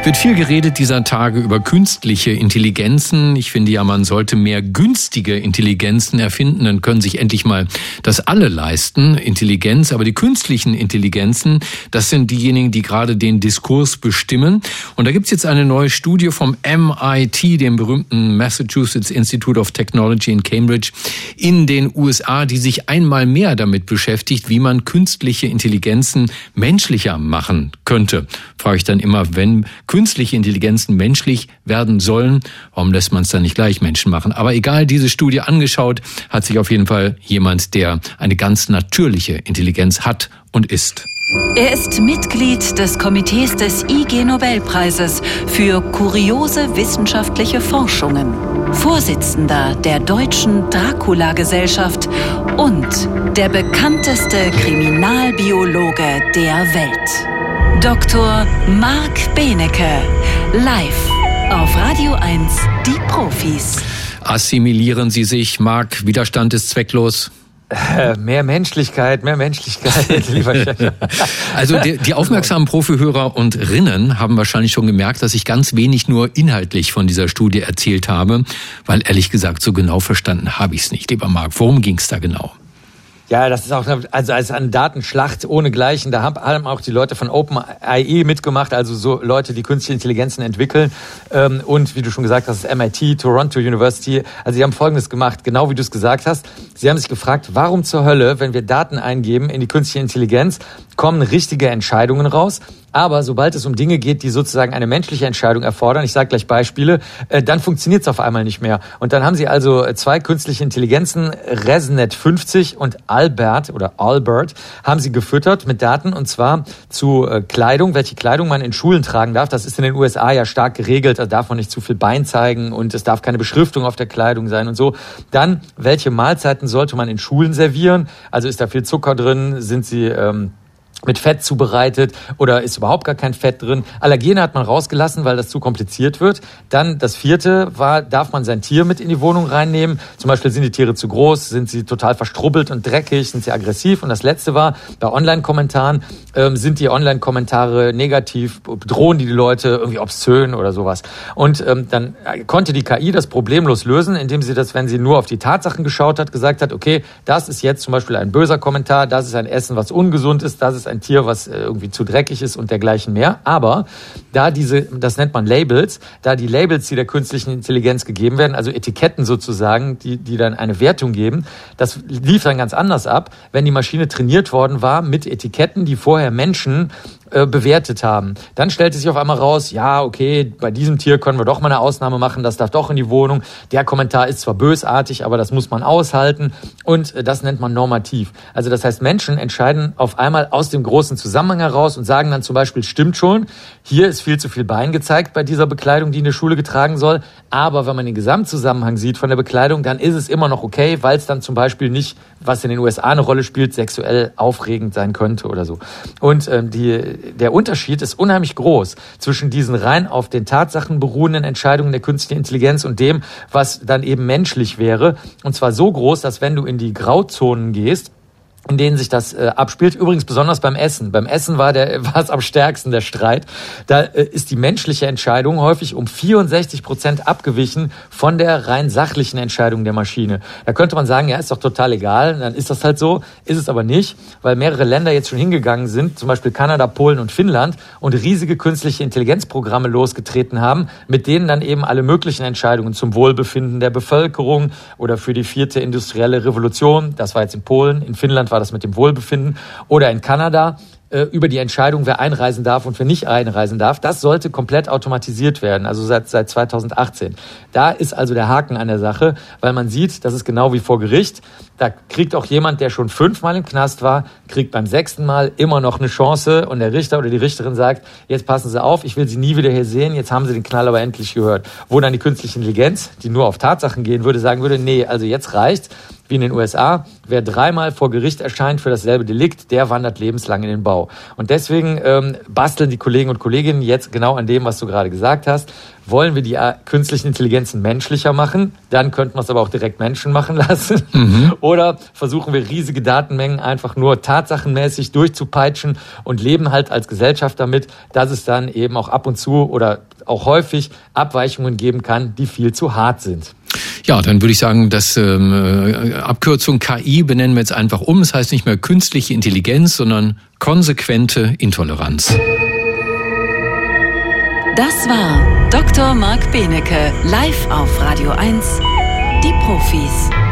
Wird viel geredet dieser Tage über künstliche Intelligenzen. Ich finde ja, man sollte mehr günstige Intelligenzen erfinden. Dann können sich endlich mal das alle leisten, Intelligenz. Aber die künstlichen Intelligenzen, das sind diejenigen, die gerade den Diskurs bestimmen. Und da gibt's jetzt eine neue Studie vom MIT, dem berühmten Massachusetts Institute of Technology in Cambridge in den USA, die sich einmal mehr damit beschäftigt, wie man künstliche Intelligenzen menschlicher machen könnte. Frage ich dann immer, wenn künstliche Intelligenzen menschlich werden sollen, warum lässt man es dann nicht gleich Menschen machen? Aber egal, diese Studie angeschaut, hat sich auf jeden Fall jemand, der eine ganz natürliche Intelligenz hat und ist. Er ist Mitglied des Komitees des IG-Nobelpreises für kuriose wissenschaftliche Forschungen, Vorsitzender der Deutschen Dracula-Gesellschaft und der bekannteste Kriminalbiologe der Welt. Dr. Marc Benecke, live auf Radio 1, die Profis. Assimilieren Sie sich, Marc, Widerstand ist zwecklos. Mehr Menschlichkeit, lieber Chef. Also die aufmerksamen Profihörer und Rinnen haben wahrscheinlich schon gemerkt, dass ich ganz wenig nur inhaltlich von dieser Studie erzählt habe, weil ehrlich gesagt so genau verstanden habe ich es nicht. Lieber Marc, worum ging es da genau? Ja, das ist auch als eine Datenschlacht ohnegleichen. Da haben auch die Leute von OpenAI mitgemacht, also so Leute, die künstliche Intelligenzen entwickeln. Und wie du schon gesagt hast, MIT, Toronto University. Also sie haben Folgendes gemacht, genau wie du es gesagt hast. Sie haben sich gefragt, warum zur Hölle, wenn wir Daten eingeben in die künstliche Intelligenz, kommen richtige Entscheidungen raus. Aber sobald es um Dinge geht, die sozusagen eine menschliche Entscheidung erfordern, ich sage gleich Beispiele, dann funktioniert es auf einmal nicht mehr. Und dann haben sie also zwei künstliche Intelligenzen, ResNet 50 und Albert, haben sie gefüttert mit Daten, und zwar zu Kleidung, welche Kleidung man in Schulen tragen darf. Das ist in den USA ja stark geregelt, da darf man nicht zu viel Bein zeigen und es darf keine Beschriftung auf der Kleidung sein und so. Dann, welche Mahlzeiten sollte man in Schulen servieren? Also ist da viel Zucker drin, sind sie mit Fett zubereitet oder ist überhaupt gar kein Fett drin. Allergene hat man rausgelassen, weil das zu kompliziert wird. Dann das vierte war, darf man sein Tier mit in die Wohnung reinnehmen? Zum Beispiel, sind die Tiere zu groß, sind sie total verstrubbelt und dreckig, sind sie aggressiv? Und das letzte war, bei Online-Kommentaren, sind die Online-Kommentare negativ, bedrohen die Leute irgendwie obszön oder sowas. Und dann konnte die KI das problemlos lösen, indem sie das, wenn sie nur auf die Tatsachen geschaut hat, gesagt hat, okay, das ist jetzt zum Beispiel ein böser Kommentar, das ist ein Essen, was ungesund ist, das ist ein Tier, was irgendwie zu dreckig ist und dergleichen mehr. Aber da das nennt man Labels, da die Labels, die der künstlichen Intelligenz gegeben werden, also Etiketten sozusagen, die dann eine Wertung geben, das lief dann ganz anders ab, wenn die Maschine trainiert worden war mit Etiketten, die vorher Menschen bewertet haben. Dann stellte sich auf einmal raus, ja, okay, bei diesem Tier können wir doch mal eine Ausnahme machen, das darf doch in die Wohnung. Der Kommentar ist zwar bösartig, aber das muss man aushalten, und das nennt man normativ. Also das heißt, Menschen entscheiden auf einmal aus dem großen Zusammenhang heraus und sagen dann zum Beispiel, stimmt schon, hier ist viel zu viel Bein gezeigt bei dieser Bekleidung, die in der Schule getragen soll, aber wenn man den Gesamtzusammenhang sieht von der Bekleidung, dann ist es immer noch okay, weil es dann zum Beispiel nicht, was in den USA eine Rolle spielt, sexuell aufregend sein könnte oder so. Und der Unterschied ist unheimlich groß zwischen diesen rein auf den Tatsachen beruhenden Entscheidungen der künstlichen Intelligenz und dem, was dann eben menschlich wäre. Und zwar so groß, dass wenn du in die Grauzonen gehst, in denen sich das abspielt, übrigens besonders beim Essen. Beim Essen war es am stärksten, der Streit. Da ist die menschliche Entscheidung häufig um 64% abgewichen von der rein sachlichen Entscheidung der Maschine. Da könnte man sagen, ja, ist doch total egal, dann ist das halt so. Ist es aber nicht, weil mehrere Länder jetzt schon hingegangen sind, zum Beispiel Kanada, Polen und Finnland, und riesige künstliche Intelligenzprogramme losgetreten haben, mit denen dann eben alle möglichen Entscheidungen zum Wohlbefinden der Bevölkerung oder für die 4. industrielle Revolution, das war jetzt in Polen, in Finnland war das mit dem Wohlbefinden, oder in Kanada über die Entscheidung, wer einreisen darf und wer nicht einreisen darf. Das sollte komplett automatisiert werden, also seit 2018. Da ist also der Haken an der Sache, weil man sieht, das ist genau wie vor Gericht. Da kriegt auch jemand, der schon 5-mal im Knast war, kriegt beim 6. Mal immer noch eine Chance, und der Richter oder die Richterin sagt, jetzt passen Sie auf, ich will Sie nie wieder hier sehen, jetzt haben Sie den Knall aber endlich gehört. Wo dann die künstliche Intelligenz, die nur auf Tatsachen gehen würde, sagen würde, nee, also jetzt reicht's. wie in den USA. Wer 3-mal vor Gericht erscheint für dasselbe Delikt, der wandert lebenslang in den Bau. Und deswegen basteln die Kollegen und Kolleginnen jetzt genau an dem, was du gerade gesagt hast. Wollen wir die künstlichen Intelligenzen menschlicher machen? Dann könnten wir es aber auch direkt Menschen machen lassen. Oder versuchen wir riesige Datenmengen einfach nur tatsachenmäßig durchzupeitschen und leben halt als Gesellschaft damit, dass es dann eben auch ab und zu oder auch häufig Abweichungen geben kann, die viel zu hart sind. Ja, dann würde ich sagen, das Abkürzung KI benennen wir jetzt einfach um. Es heißt nicht mehr künstliche Intelligenz, sondern konsequente Intoleranz. Das war Dr. Marc Benecke, live auf Radio 1, die Profis.